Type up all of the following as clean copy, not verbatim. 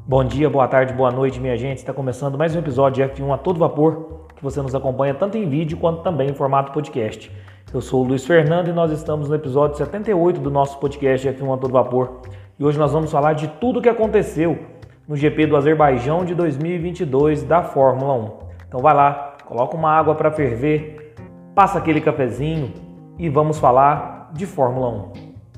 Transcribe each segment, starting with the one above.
Bom dia, boa tarde, boa noite, minha gente. Está começando mais um episódio de F1 a todo vapor, que você nos acompanha tanto em vídeo quanto também em formato podcast. Eu sou o Luiz Fernando e nós estamos no episódio 78 do nosso podcast F1 a todo vapor. E hoje nós vamos falar de tudo o que aconteceu no GP do Azerbaijão de 2022 da Fórmula 1. Então vai lá, coloca uma água para ferver, passa aquele cafezinho e vamos falar de Fórmula 1.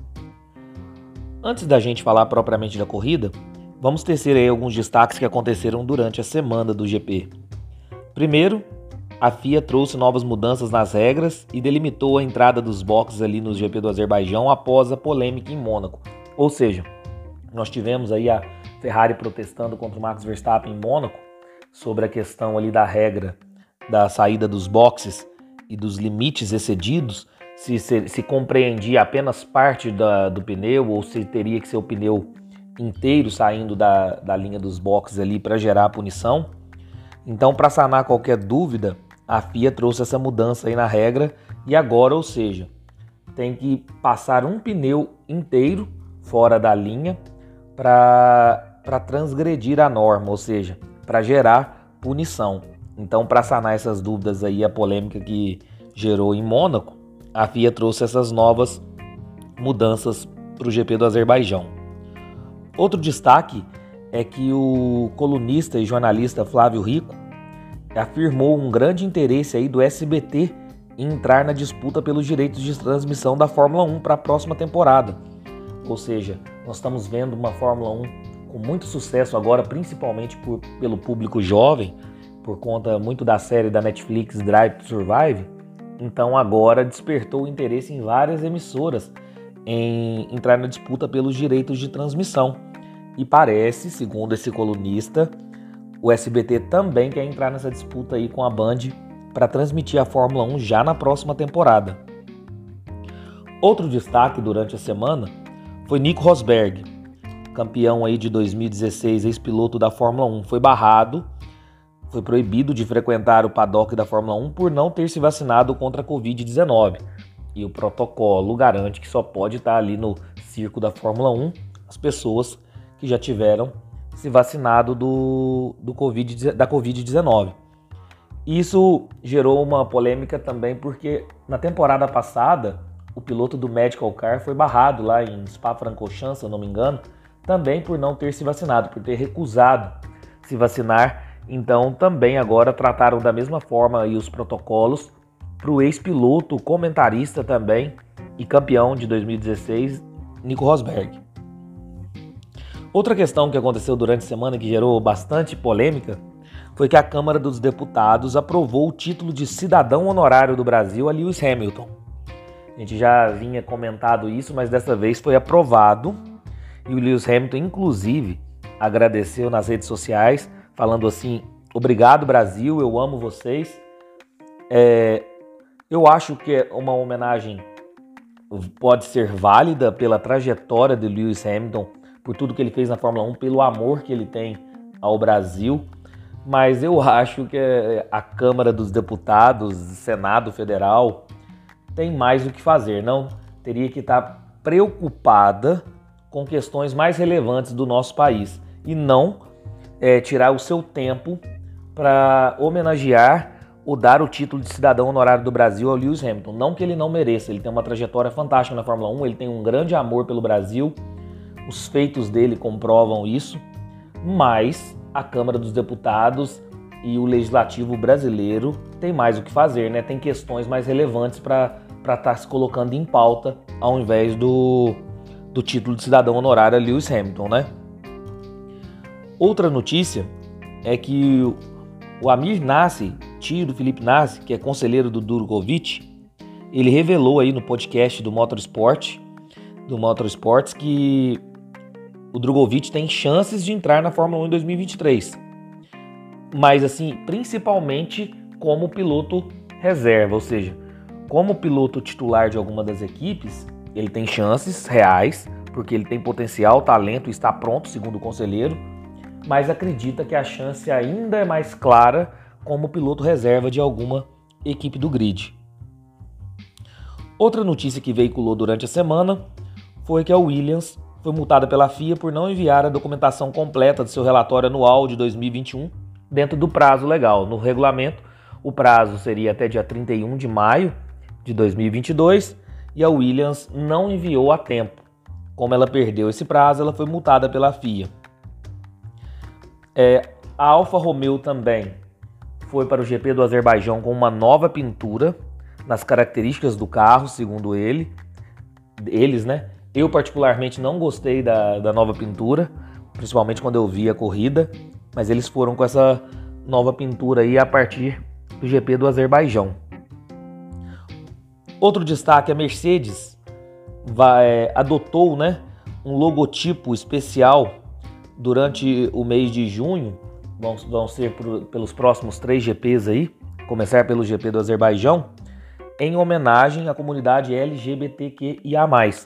Antes da gente falar propriamente da corrida, vamos tecer aí alguns destaques que aconteceram durante a semana do GP. Primeiro, a FIA trouxe novas mudanças nas regras e delimitou a entrada dos boxes ali no GP do Azerbaijão após a polêmica em Mônaco. Ou seja, nós tivemos aí a Ferrari protestando contra o Max Verstappen em Mônaco sobre a questão ali da regra da saída dos boxes e dos limites excedidos, se compreendia apenas parte do pneu ou se teria que ser o pneu inteiro saindo da linha dos boxes ali para gerar a punição. Então, para sanar qualquer dúvida, a FIA trouxe essa mudança aí na regra e agora, ou seja, tem que passar um pneu inteiro fora da linha para transgredir a norma, ou seja, para gerar punição. Então, para sanar essas dúvidas aí, a polêmica que gerou em Mônaco, a FIA trouxe essas novas mudanças para o GP do Azerbaijão. Outro destaque é que o colunista e jornalista Flávio Rico afirmou um grande interesse aí do SBT em entrar na disputa pelos direitos de transmissão da Fórmula 1 para a próxima temporada. Ou seja, nós estamos vendo uma Fórmula 1 com muito sucesso agora, principalmente pelo público jovem, por conta muito da série da Netflix Drive to Survive. Então agora despertou o interesse em várias emissoras em entrar na disputa pelos direitos de transmissão. E parece, segundo esse colunista, o SBT também quer entrar nessa disputa aí com a Band para transmitir a Fórmula 1 já na próxima temporada. Outro destaque durante a semana foi Nico Rosberg, campeão aí de 2016, ex-piloto da Fórmula 1. Foi proibido de frequentar o paddock da Fórmula 1 por não ter se vacinado contra a Covid-19. E o protocolo garante que só pode estar ali no circo da Fórmula 1 as pessoas que já tiveram se vacinado da Covid-19. Isso gerou uma polêmica também porque na temporada passada o piloto do Medical Car foi barrado lá em Spa-Francorchamps, se eu não me engano, também por não ter se vacinado, por ter recusado se vacinar. Então também agora trataram da mesma forma aí os protocolos para o ex-piloto, comentarista também e campeão de 2016, Nico Rosberg. Outra questão que aconteceu durante a semana que gerou bastante polêmica foi que a Câmara dos Deputados aprovou o título de cidadão honorário do Brasil a Lewis Hamilton. A gente já vinha comentado isso, mas dessa vez foi aprovado e o Lewis Hamilton, inclusive, agradeceu nas redes sociais, falando assim: obrigado Brasil, eu amo vocês. Eu acho que uma homenagem pode ser válida pela trajetória de Lewis Hamilton, por tudo que ele fez na Fórmula 1, pelo amor que ele tem ao Brasil, mas eu acho que a Câmara dos Deputados, Senado Federal, tem mais o que fazer, não? Teria que estar preocupada com questões mais relevantes do nosso país e não tirar o seu tempo para homenagear ou dar o título de cidadão honorário do Brasil ao Lewis Hamilton. Não que ele não mereça, ele tem uma trajetória fantástica na Fórmula 1, ele tem um grande amor pelo Brasil, os feitos dele comprovam isso, mas a Câmara dos Deputados e o Legislativo brasileiro tem mais o que fazer, né? Tem questões mais relevantes para estar se colocando em pauta ao invés do título de cidadão honorário a Lewis Hamilton, né? Outra notícia é que o Amir Nassi, tio do Felipe Nassi, que é conselheiro do Drogovic, ele revelou aí no podcast do Motorsports que o Drogovic tem chances de entrar na Fórmula 1 em 2023. Mas assim, principalmente como piloto reserva, ou seja, como piloto titular de alguma das equipes, ele tem chances reais, porque ele tem potencial, talento e está pronto, segundo o conselheiro, mas acredita que a chance ainda é mais clara como piloto reserva de alguma equipe do grid. Outra notícia que veiculou durante a semana foi que a Williams foi multada pela FIA por não enviar a documentação completa do seu relatório anual de 2021 dentro do prazo legal. No regulamento, o prazo seria até dia 31 de maio de 2022 e a Williams não enviou a tempo. Como ela perdeu esse prazo, ela foi multada pela FIA. A Alfa Romeo também foi para o GP do Azerbaijão com uma nova pintura nas características do carro, segundo eles, né? Eu particularmente não gostei da nova pintura, principalmente quando eu vi a corrida, mas eles foram com essa nova pintura aí a partir do GP do Azerbaijão. Outro destaque, a Mercedes adotou, né, um logotipo especial durante o mês de junho. Vão ser pelos próximos 3 GPs aí, começar pelo GP do Azerbaijão, em homenagem à comunidade LGBTQIA+.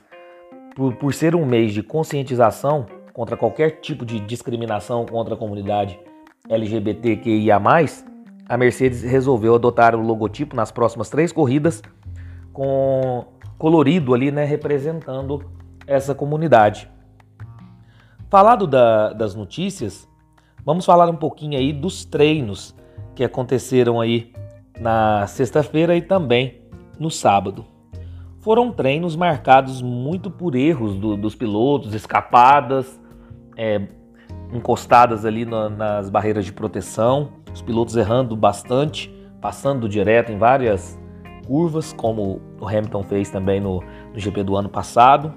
Por ser um mês de conscientização contra qualquer tipo de discriminação contra a comunidade LGBTQIA+, a Mercedes resolveu adotar o logotipo nas próximas 3 corridas com colorido ali, né, representando essa comunidade. Falado das notícias, vamos falar um pouquinho aí dos treinos que aconteceram aí na sexta-feira e também no sábado. Foram treinos marcados muito por erros dos pilotos, escapadas, encostadas ali nas barreiras de proteção, os pilotos errando bastante, passando direto em várias curvas, como o Hamilton fez também no GP do ano passado.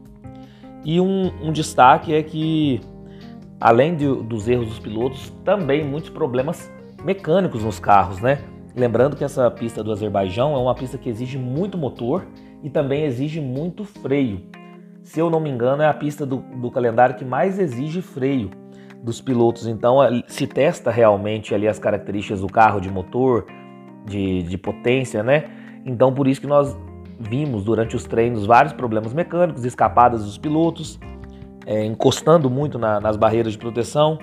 E um destaque é que, além dos erros dos pilotos, também muitos problemas mecânicos nos carros, né? Lembrando que essa pista do Azerbaijão é uma pista que exige muito motor e também exige muito freio. Se eu não me engano, é a pista do calendário que mais exige freio dos pilotos. Então, se testa realmente ali as características do carro, de motor, de potência, né? Então, por isso que nós vimos durante os treinos vários problemas mecânicos, escapadas dos pilotos, encostando muito nas barreiras de proteção.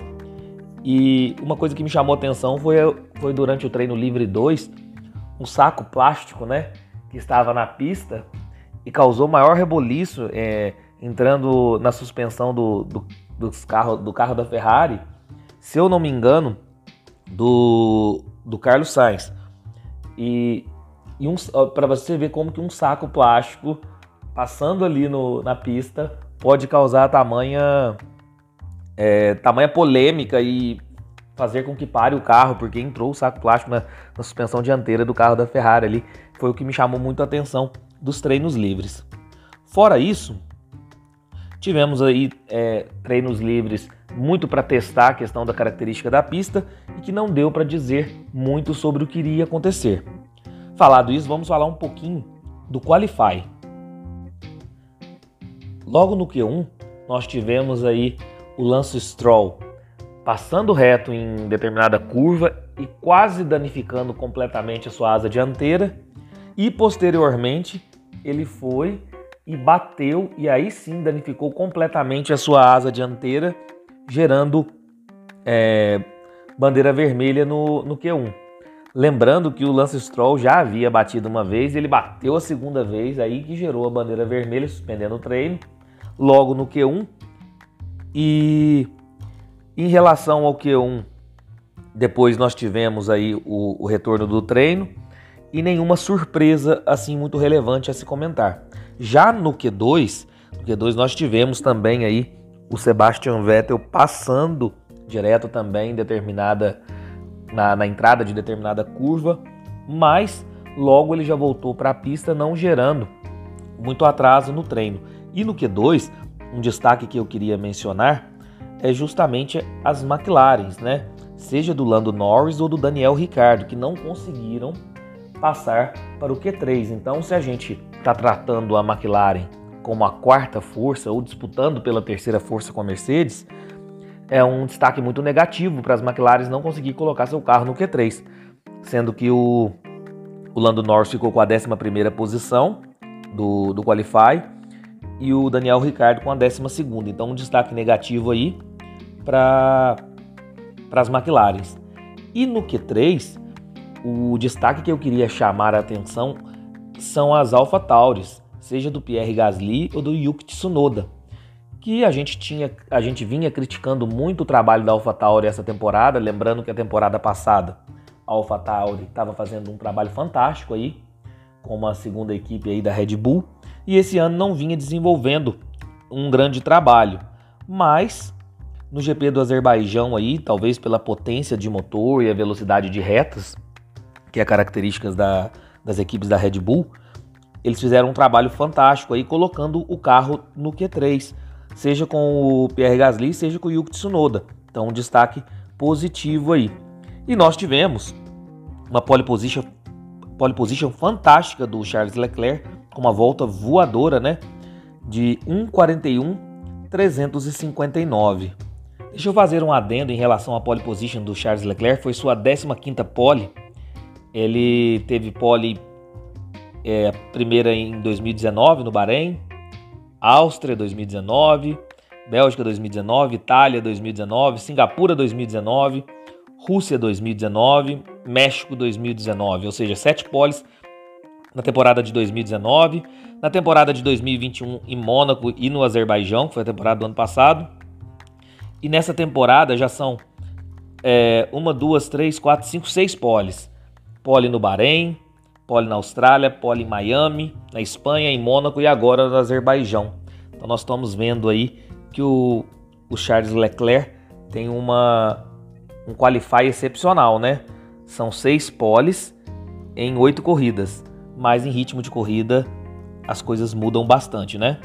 E uma coisa que me chamou a atenção foi durante o treino livre 2, um saco plástico, né, que estava na pista e causou maior reboliço, entrando na suspensão do carro da Ferrari, se eu não me engano, do Carlos Sainz. E para você ver como que um saco plástico passando ali na pista pode causar tamanha polêmica e fazer com que pare o carro, porque entrou o saco plástico na suspensão dianteira do carro da Ferrari ali. Foi o que me chamou muito a atenção dos treinos livres. Fora isso, tivemos aí treinos livres muito para testar a questão da característica da pista e que não deu para dizer muito sobre o que iria acontecer. Falado isso, vamos falar um pouquinho do Qualify. Logo no Q1, nós tivemos aí o Lance Stroll passando reto em determinada curva e quase danificando completamente a sua asa dianteira, e posteriormente ele foi e bateu e aí sim danificou completamente a sua asa dianteira, gerando bandeira vermelha no Q1. Lembrando que o Lance Stroll já havia batido uma vez, ele bateu a segunda vez, aí que gerou a bandeira vermelha, suspendendo o treino, logo no Q1. E em relação ao Q1, depois nós tivemos aí o retorno do treino e nenhuma surpresa assim muito relevante a se comentar. Já no Q2 nós tivemos também aí o Sebastian Vettel passando direto também na entrada de determinada curva, mas logo ele já voltou para a pista, não gerando muito atraso no treino. E no Q2, um destaque que eu queria mencionar é justamente as McLarens, né? Seja do Lando Norris ou do Daniel Ricciardo, que não conseguiram passar para o Q3. Então, se a gente está tratando a McLaren como a quarta força ou disputando pela terceira força com a Mercedes, é um destaque muito negativo para as McLarens não conseguir colocar seu carro no Q3, sendo que o Lando Norris ficou com a 11ª posição do Qualify e o Daniel Ricciardo com a 12ª. Então, um destaque negativo aí para as McLarens. E no Q3, o destaque que eu queria chamar a atenção são as AlphaTauris, seja do Pierre Gasly ou do Yuki Tsunoda, que a gente vinha criticando muito o trabalho da AlphaTauri essa temporada, lembrando que a temporada passada a AlphaTauri estava fazendo um trabalho fantástico aí, como a segunda equipe aí da Red Bull, e esse ano não vinha desenvolvendo um grande trabalho, mas no GP do Azerbaijão aí, talvez pela potência de motor e a velocidade de retas, que é características das equipes da Red Bull, eles fizeram um trabalho fantástico aí, colocando o carro no Q3, seja com o Pierre Gasly, seja com o Yuki Tsunoda. Então, um destaque positivo aí. E nós tivemos uma pole position fantástica do Charles Leclerc, com uma volta voadora, né, de 1:41.359. Deixa eu fazer um adendo em relação à pole position do Charles Leclerc, foi sua 15ª pole. Ele teve pole primeira em 2019 no Bahrein, Áustria 2019, Bélgica 2019, Itália 2019, Singapura 2019, Rússia 2019, México 2019, ou seja, 7 poles na temporada de 2019, na temporada de 2021 em Mônaco e no Azerbaijão, que foi a temporada do ano passado, e nessa temporada já são 6 poles. Pole no Bahrein, pole na Austrália, pole em Miami, na Espanha, em Mônaco e agora no Azerbaijão. Então nós estamos vendo aí que o Charles Leclerc tem um qualify excepcional, né? São 6 poles em 8 corridas, mas em ritmo de corrida as coisas mudam bastante, né?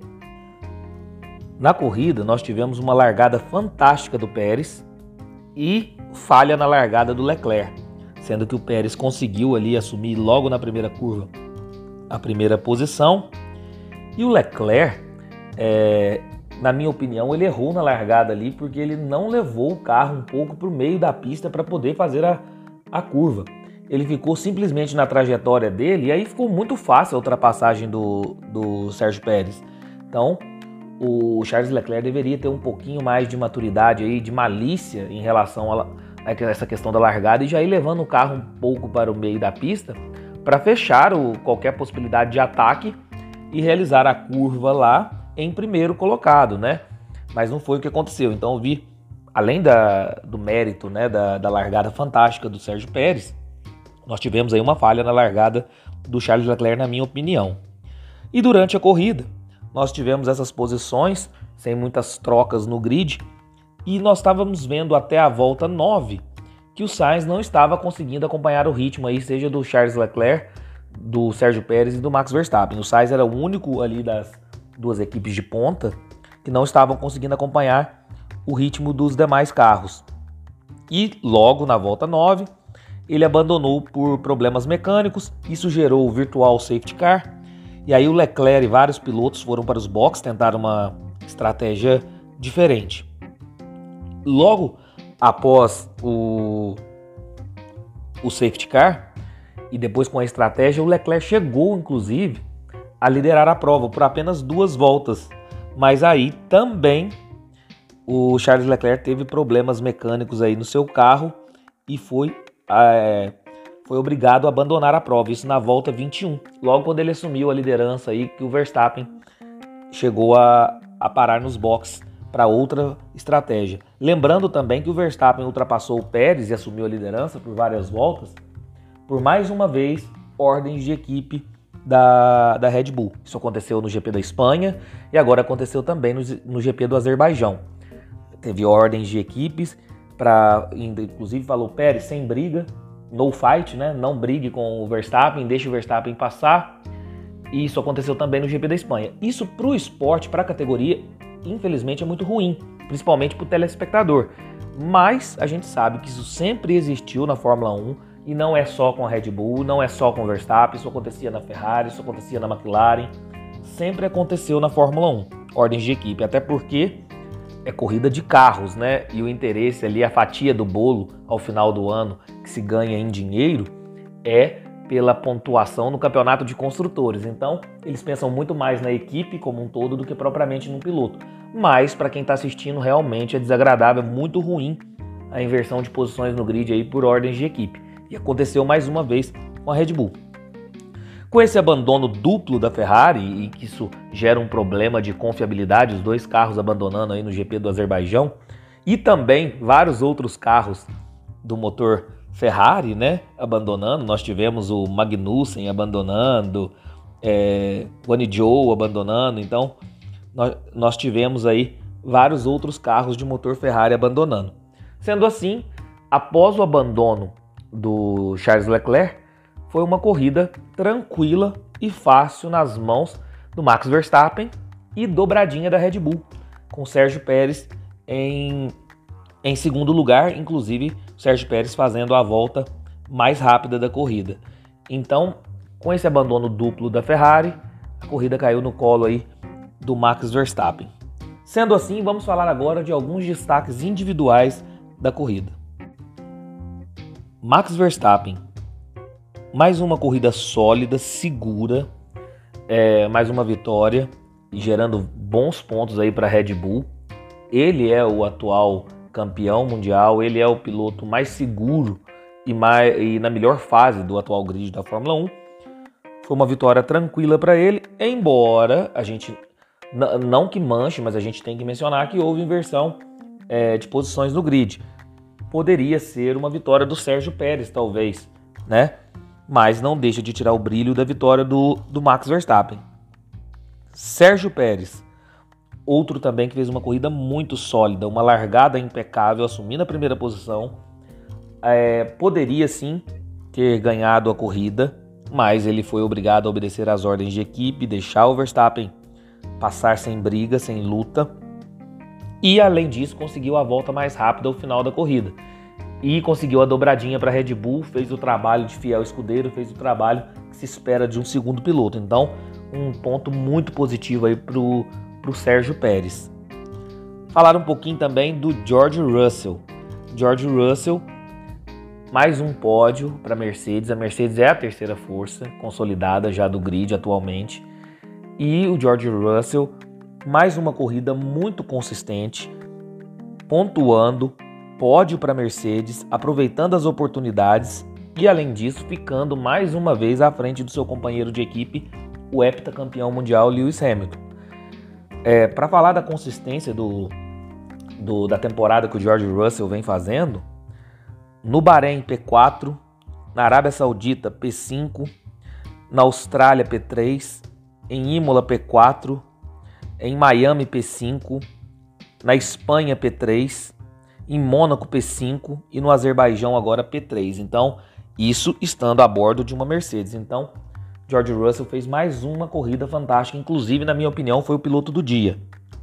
Na corrida nós tivemos uma largada fantástica do Pérez e falha na largada do Leclerc, sendo que o Pérez conseguiu ali assumir logo na primeira curva a primeira posição. E o Leclerc, na minha opinião, ele errou na largada ali porque ele não levou o carro um pouco para o meio da pista para poder fazer a curva. Ele ficou simplesmente na trajetória dele e aí ficou muito fácil a ultrapassagem do Sérgio Pérez. Então, o Charles Leclerc deveria ter um pouquinho mais de maturidade aí, de malícia em relação a essa questão da largada e já ir levando o carro um pouco para o meio da pista para fechar qualquer possibilidade de ataque e realizar a curva lá em primeiro colocado, né? Mas não foi o que aconteceu. Então eu vi, além do mérito, né, da largada fantástica do Sérgio Pérez, nós tivemos aí uma falha na largada do Charles Leclerc, na minha opinião. E durante a corrida, nós tivemos essas posições sem muitas trocas no grid, e nós estávamos vendo até a volta 9 que o Sainz não estava conseguindo acompanhar o ritmo aí, seja do Charles Leclerc, do Sérgio Pérez e do Max Verstappen. O Sainz era o único ali das duas equipes de ponta que não estavam conseguindo acompanhar o ritmo dos demais carros. E logo na volta 9, ele abandonou por problemas mecânicos, isso gerou o virtual safety car, e aí o Leclerc e vários pilotos foram para os boxes tentar uma estratégia diferente. Logo após o safety car e depois com a estratégia, o Leclerc chegou inclusive a liderar a prova por apenas 2 voltas, mas aí também o Charles Leclerc teve problemas mecânicos aí no seu carro e foi obrigado a abandonar a prova, isso na volta 21, logo quando ele assumiu a liderança aí, que o Verstappen chegou a parar nos boxes para outra estratégia. Lembrando também que o Verstappen ultrapassou o Pérez e assumiu a liderança por várias voltas, por mais uma vez, ordens de equipe da Red Bull. Isso aconteceu no GP da Espanha e agora aconteceu também no GP do Azerbaijão. Teve ordens de equipes, inclusive falou: Pérez, sem briga, no fight, né? Não brigue com o Verstappen, deixe o Verstappen passar. E isso aconteceu também no GP da Espanha. Isso para o esporte, para a categoria, infelizmente é muito ruim, principalmente para o telespectador. Mas a gente sabe que isso sempre existiu na Fórmula 1 e não é só com a Red Bull, não é só com o Verstappen, isso acontecia na Ferrari, isso acontecia na McLaren, sempre aconteceu na Fórmula 1, ordens de equipe, até porque é corrida de carros, né? E o interesse ali, a fatia do bolo ao final do ano que se ganha em dinheiro é pela pontuação no campeonato de construtores. Então, eles pensam muito mais na equipe como um todo do que propriamente no piloto. Mas, para quem está assistindo, realmente é desagradável, é muito ruim a inversão de posições no grid aí por ordens de equipe. E aconteceu mais uma vez com a Red Bull. Com esse abandono duplo da Ferrari, e que isso gera um problema de confiabilidade, os dois carros abandonando aí no GP do Azerbaijão, e também vários outros carros do motor Ferrari, né, abandonando. Nós tivemos o Magnussen abandonando, Guanyu Zhou abandonando, então nós tivemos aí vários outros carros de motor Ferrari abandonando. Sendo assim, após o abandono do Charles Leclerc, foi uma corrida tranquila e fácil nas mãos do Max Verstappen e dobradinha da Red Bull, com Sérgio Pérez em segundo lugar, inclusive o Sérgio Pérez fazendo a volta mais rápida da corrida. Então, com esse abandono duplo da Ferrari, a corrida caiu no colo aí do Max Verstappen. Sendo assim, vamos falar agora de alguns destaques individuais da corrida. Max Verstappen, mais uma corrida sólida, segura, mais uma vitória, gerando bons pontos aí para a Red Bull. Ele é o atual campeão mundial, ele é o piloto mais seguro e na melhor fase do atual grid da Fórmula 1. Foi uma vitória tranquila para ele, embora a gente, não que manche, mas a gente tem que mencionar que houve inversão de posições no grid. Poderia ser uma vitória do Sérgio Pérez, talvez, né? Mas não deixa de tirar o brilho da vitória do Max Verstappen. Sérgio Pérez, outro também que fez uma corrida muito sólida, uma largada impecável, assumindo a primeira posição. Poderia sim ter ganhado a corrida, mas ele foi obrigado a obedecer às ordens de equipe, deixar o Verstappen passar sem briga, sem luta. E além disso, conseguiu a volta mais rápida ao final da corrida. E conseguiu a dobradinha para a Red Bull, fez o trabalho de fiel escudeiro, fez o trabalho que se espera de um segundo piloto. Então, um ponto muito positivo aí para o Sérgio Pérez. Falar um pouquinho também do George Russell. George Russell, mais um pódio para a Mercedes. A Mercedes é a terceira força consolidada já do grid atualmente. E o George Russell, mais uma corrida muito consistente, pontuando, pódio para a Mercedes, aproveitando as oportunidades e, além disso, ficando mais uma vez à frente do seu companheiro de equipe, o heptacampeão mundial Lewis Hamilton. Para falar da consistência da temporada que o George Russell vem fazendo, no Bahrein P4, na Arábia Saudita P5, na Austrália P3, em Imola P4, em Miami P5, na Espanha P3, em Mônaco P5 e no Azerbaijão agora P3. Então, isso estando a bordo de uma Mercedes. Então, George Russell fez mais uma corrida fantástica, inclusive, na minha opinião, foi o piloto do dia.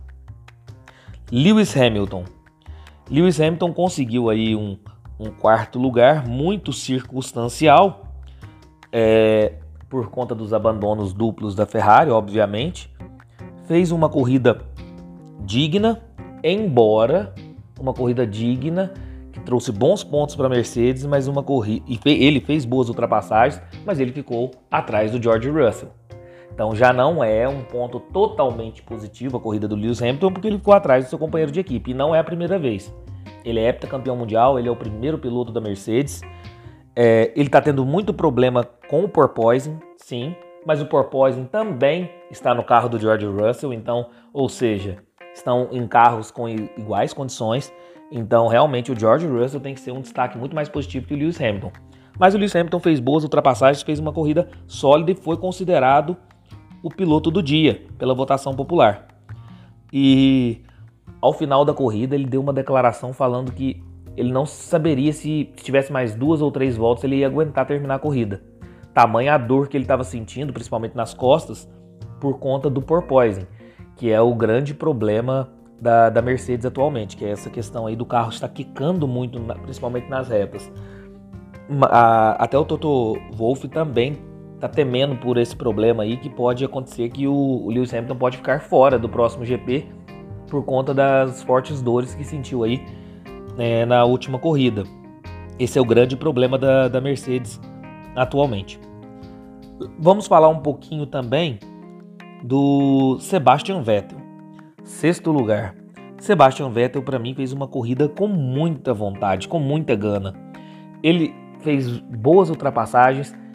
Lewis Hamilton. Lewis Hamilton conseguiu aí um quarto lugar, muito circunstancial, por conta dos abandonos duplos da Ferrari, obviamente. Fez uma corrida digna, embora uma corrida digna, que trouxe bons pontos para a Mercedes, mas uma corrida, ele fez boas ultrapassagens, mas ele ficou atrás do George Russell. Então já não é um ponto totalmente positivo a corrida do Lewis Hamilton, porque ele ficou atrás do seu companheiro de equipe, e não é a primeira vez. Ele é heptacampeão mundial, ele é o primeiro piloto da Mercedes. Ele está tendo muito problema com o porpoising, sim, mas o porpoising também está no carro do George Russell, então, ou seja, estão em carros com iguais condições. Então, realmente, o George Russell tem que ser um destaque muito mais positivo que o Lewis Hamilton. Mas o Lewis Hamilton fez boas ultrapassagens, fez uma corrida sólida e foi considerado o piloto do dia pela votação popular. E ao final da corrida, ele deu uma declaração falando que ele não saberia se tivesse mais 2 ou 3 voltas, ele ia aguentar terminar a corrida. Tamanha a dor que ele estava sentindo, principalmente nas costas, por conta do porpoising, que é o grande problema da Mercedes atualmente, que é essa questão aí do carro estar quicando muito, principalmente nas retas. Até o Toto Wolff também está temendo por esse problema aí, que pode acontecer que o Lewis Hamilton pode ficar fora do próximo GP por conta das fortes dores que sentiu aí na última corrida. Esse é o grande problema da Mercedes atualmente. Vamos falar um pouquinho também do Sebastian Vettel. 6º lugar. Sebastian Vettel, para mim, fez uma corrida com muita vontade, com muita gana. Ele fez boas ultrapassagens,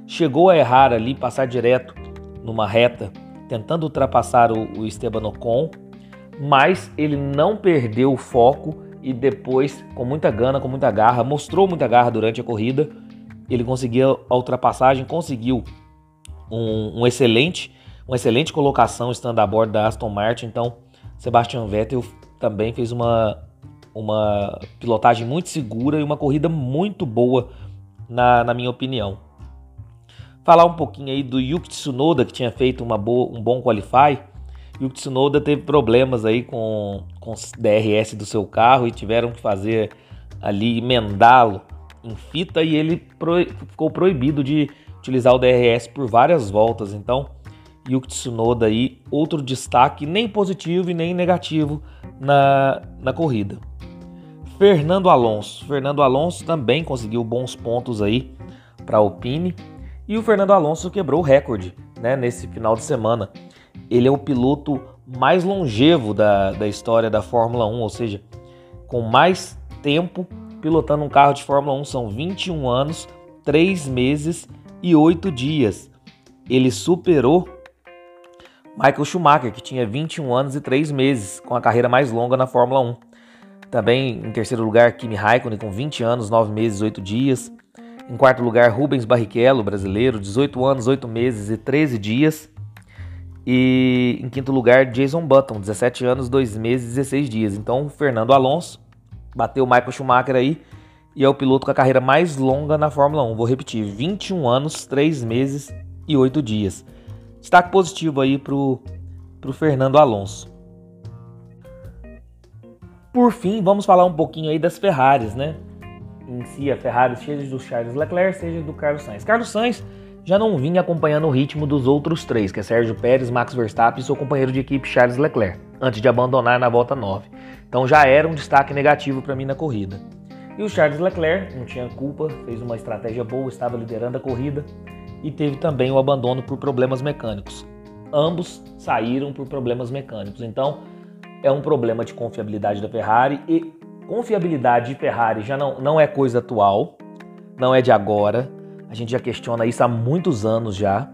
chegou a errar ali, passar direto numa reta, tentando ultrapassar o Esteban Ocon, mas ele não perdeu o foco e depois, com muita gana, com muita garra, mostrou muita garra durante a corrida, ele conseguiu a ultrapassagem, conseguiu uma excelente colocação estando a bordo da Aston Martin. Então, Sebastian Vettel também fez uma pilotagem muito segura e uma corrida muito boa, na minha opinião. Falar um pouquinho aí do Yuki Tsunoda, que tinha feito um bom qualify. Yuki Tsunoda teve problemas aí com o DRS do seu carro e tiveram que fazer ali, emendá-lo em fita, e ele ficou proibido de utilizar o DRS por várias voltas. Então, Yuki Tsunoda aí, outro destaque, nem positivo e nem negativo na corrida. Fernando Alonso também conseguiu bons pontos aí para a Alpine, e o Fernando Alonso quebrou o recorde, né, nesse final de semana. Ele é o piloto mais longevo da história da Fórmula 1, ou seja, com mais tempo pilotando um carro de Fórmula 1, são 21 anos, 3 meses e 8 dias. Ele superou Michael Schumacher, que tinha 21 anos e 3 meses, com a carreira mais longa na Fórmula 1. Também em terceiro lugar, Kimi Raikkonen, com 20 anos, 9 meses e 8 dias. Em quarto lugar, Rubens Barrichello, brasileiro, 18 anos, 8 meses e 13 dias. E em quinto lugar, Jason Button, 17 anos, 2 meses e 16 dias. Então, Fernando Alonso bateu o Michael Schumacher aí e é o piloto com a carreira mais longa na Fórmula 1. Vou repetir, 21 anos, 3 meses e 8 dias. Destaque positivo aí pro Fernando Alonso. Por fim, vamos falar um pouquinho aí das Ferraris, né? Em si, a Ferrari, seja do Charles Leclerc, seja do Carlos Sainz. Carlos Sainz já não vinha acompanhando o ritmo dos outros três, que é Sérgio Pérez, Max Verstappen e seu companheiro de equipe Charles Leclerc, antes de abandonar na volta 9. Então já era um destaque negativo para mim na corrida. E o Charles Leclerc não tinha culpa, fez uma estratégia boa, estava liderando a corrida e teve também o abandono por problemas mecânicos. Ambos saíram por problemas mecânicos. Então é um problema de confiabilidade da Ferrari, e confiabilidade de Ferrari já não é coisa atual, não é de agora. A gente já questiona isso há muitos anos já,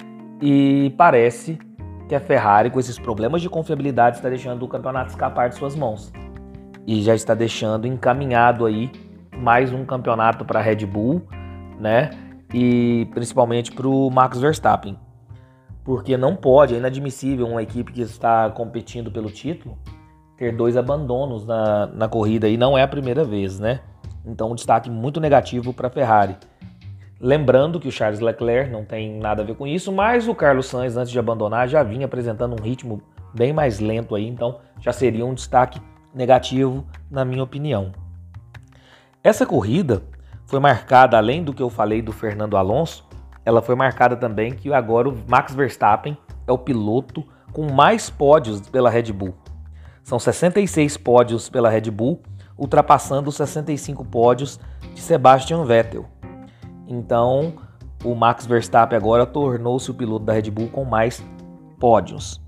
e parece que a Ferrari, com esses problemas de confiabilidade, está deixando o campeonato escapar de suas mãos e já está deixando encaminhado aí mais um campeonato para a Red Bull, né? E principalmente para o Max Verstappen, porque não pode, é inadmissível uma equipe que está competindo pelo título ter 2 abandonos na corrida, e não é a primeira vez, né? Então um destaque muito negativo para a Ferrari. Lembrando que o Charles Leclerc não tem nada a ver com isso, mas o Carlos Sainz, antes de abandonar, já vinha apresentando um ritmo bem mais lento aí, então já seria um destaque negativo, na minha opinião. Essa corrida foi marcada, além do que eu falei do Fernando Alonso, ela foi marcada também que agora o Max Verstappen é o piloto com mais pódios pela Red Bull. São 66 pódios pela Red Bull, ultrapassando os 65 pódios de Sebastian Vettel. Então, o Max Verstappen agora tornou-se o piloto da Red Bull com mais pódios.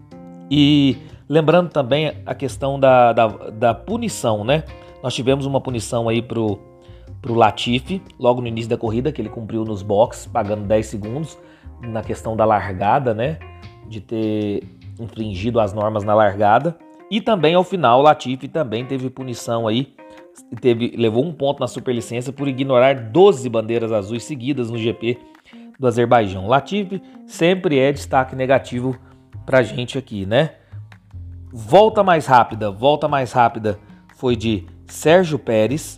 E lembrando também a questão da punição, né? Nós tivemos uma punição aí pro Latifi, logo no início da corrida, que ele cumpriu nos boxes, pagando 10 segundos na questão da largada, né? De ter infringido as normas na largada. E também ao final, o Latifi também teve punição aí, levou 1 ponto na superlicença por ignorar 12 bandeiras azuis seguidas no GP do Azerbaijão. Latifi sempre é destaque negativo pra gente aqui, né? Volta mais rápida foi de Sérgio Pérez,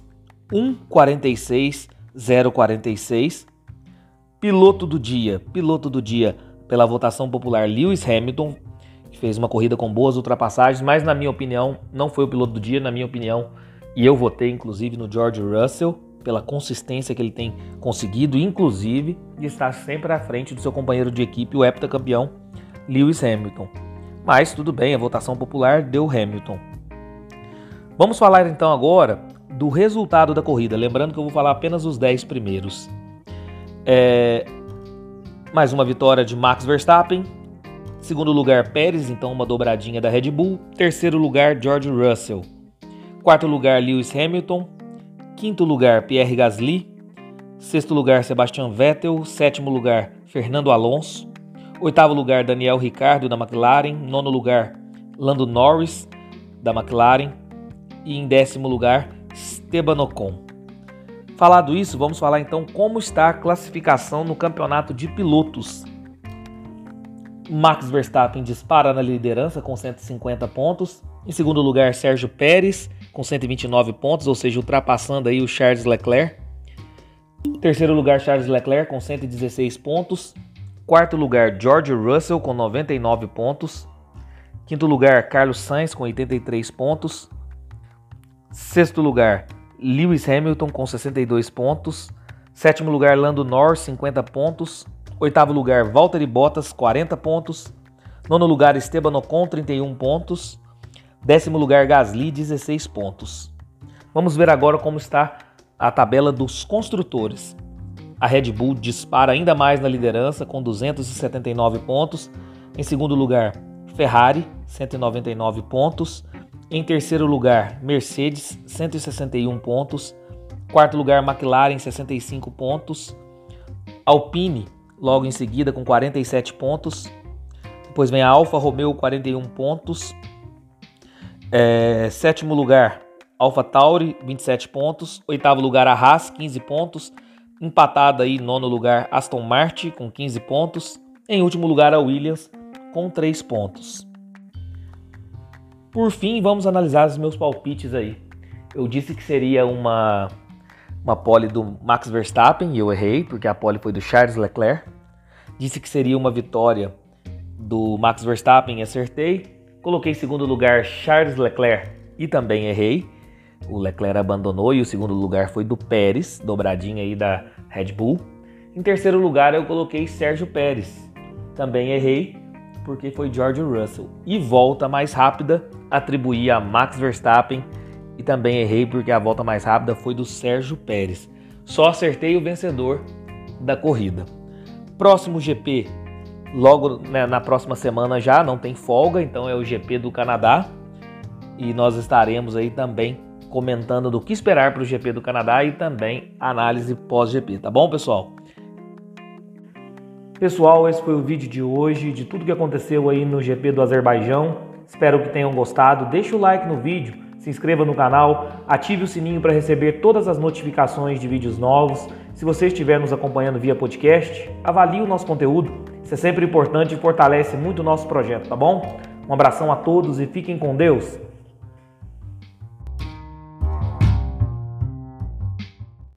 1:46.046. Piloto do dia pela votação popular, Lewis Hamilton, que fez uma corrida com boas ultrapassagens, mas na minha opinião não foi o piloto do dia, na minha opinião, e eu votei inclusive no George Russell, pela consistência que ele tem conseguido, inclusive de estar sempre à frente do seu companheiro de equipe, o heptacampeão Lewis Hamilton. Mas tudo bem, a votação popular deu Hamilton. Vamos falar então agora do resultado da corrida, lembrando que eu vou falar apenas os 10 primeiros. Mais uma vitória de Max Verstappen. Segundo lugar, Pérez, então uma dobradinha da Red Bull. Terceiro lugar, George Russell. Quarto lugar, Lewis Hamilton. Quinto lugar, Pierre Gasly. Sexto lugar, Sebastian Vettel. Sétimo lugar, Fernando Alonso. Oitavo lugar, Daniel Ricciardo, da McLaren. Nono lugar, Lando Norris, da McLaren. E em 10º lugar, Esteban Ocon. Falado isso, vamos falar então como está a classificação no campeonato de pilotos. Max Verstappen dispara na liderança com 150 pontos. Em segundo lugar, Sérgio Pérez com 129 pontos, ou seja, ultrapassando aí o Charles Leclerc. Em terceiro lugar, Charles Leclerc com 116 pontos. Quarto lugar, George Russell com 99 pontos. Quinto lugar, Carlos Sainz com 83 pontos. Sexto lugar, Lewis Hamilton com 62 pontos. Sétimo lugar, Lando Norris, 50 pontos. Oitavo lugar, Valtteri Bottas, 40 pontos. Nono lugar, Esteban Ocon, 31 pontos. 10º lugar, Gasly, 16 pontos. Vamos ver agora como está a tabela dos construtores. A Red Bull dispara ainda mais na liderança com 279 pontos. Em segundo lugar, Ferrari, 199 pontos. Em terceiro lugar, Mercedes, 161 pontos. Quarto lugar, McLaren, 65 pontos. Alpine, logo em seguida, com 47 pontos. Depois vem a Alfa Romeo, 41 pontos. Sétimo lugar, Alfa Tauri, 27 pontos. Oitavo lugar, a Haas, 15 pontos. Empatada aí, nono lugar, Aston Martin, com 15 pontos. Em último lugar, a Williams, com 3 pontos. Por fim, vamos analisar os meus palpites aí. Eu disse que seria uma pole do Max Verstappen e eu errei, porque a pole foi do Charles Leclerc. Disse que seria uma vitória do Max Verstappen e acertei. Coloquei em segundo lugar Charles Leclerc e também errei. O Leclerc abandonou e o segundo lugar foi do Pérez, dobradinha aí da Red Bull. Em terceiro lugar eu coloquei Sérgio Pérez. Também errei, porque foi George Russell. E volta mais rápida atribuí a Max Verstappen e também errei porque a volta mais rápida foi do Sérgio Pérez. Só acertei o vencedor da corrida. Próximo GP, logo na próxima semana já, não tem folga, então é o GP do Canadá. E nós estaremos aí também comentando do que esperar para o GP do Canadá e também análise pós-GP, tá bom, pessoal? Pessoal, esse foi o vídeo de hoje, de tudo que aconteceu aí no GP do Azerbaijão. Espero que tenham gostado. Deixe o like no vídeo, se inscreva no canal, ative o sininho para receber todas as notificações de vídeos novos. Se você estiver nos acompanhando via podcast, avalie o nosso conteúdo. Isso é sempre importante e fortalece muito o nosso projeto, tá bom? Um abração a todos e fiquem com Deus.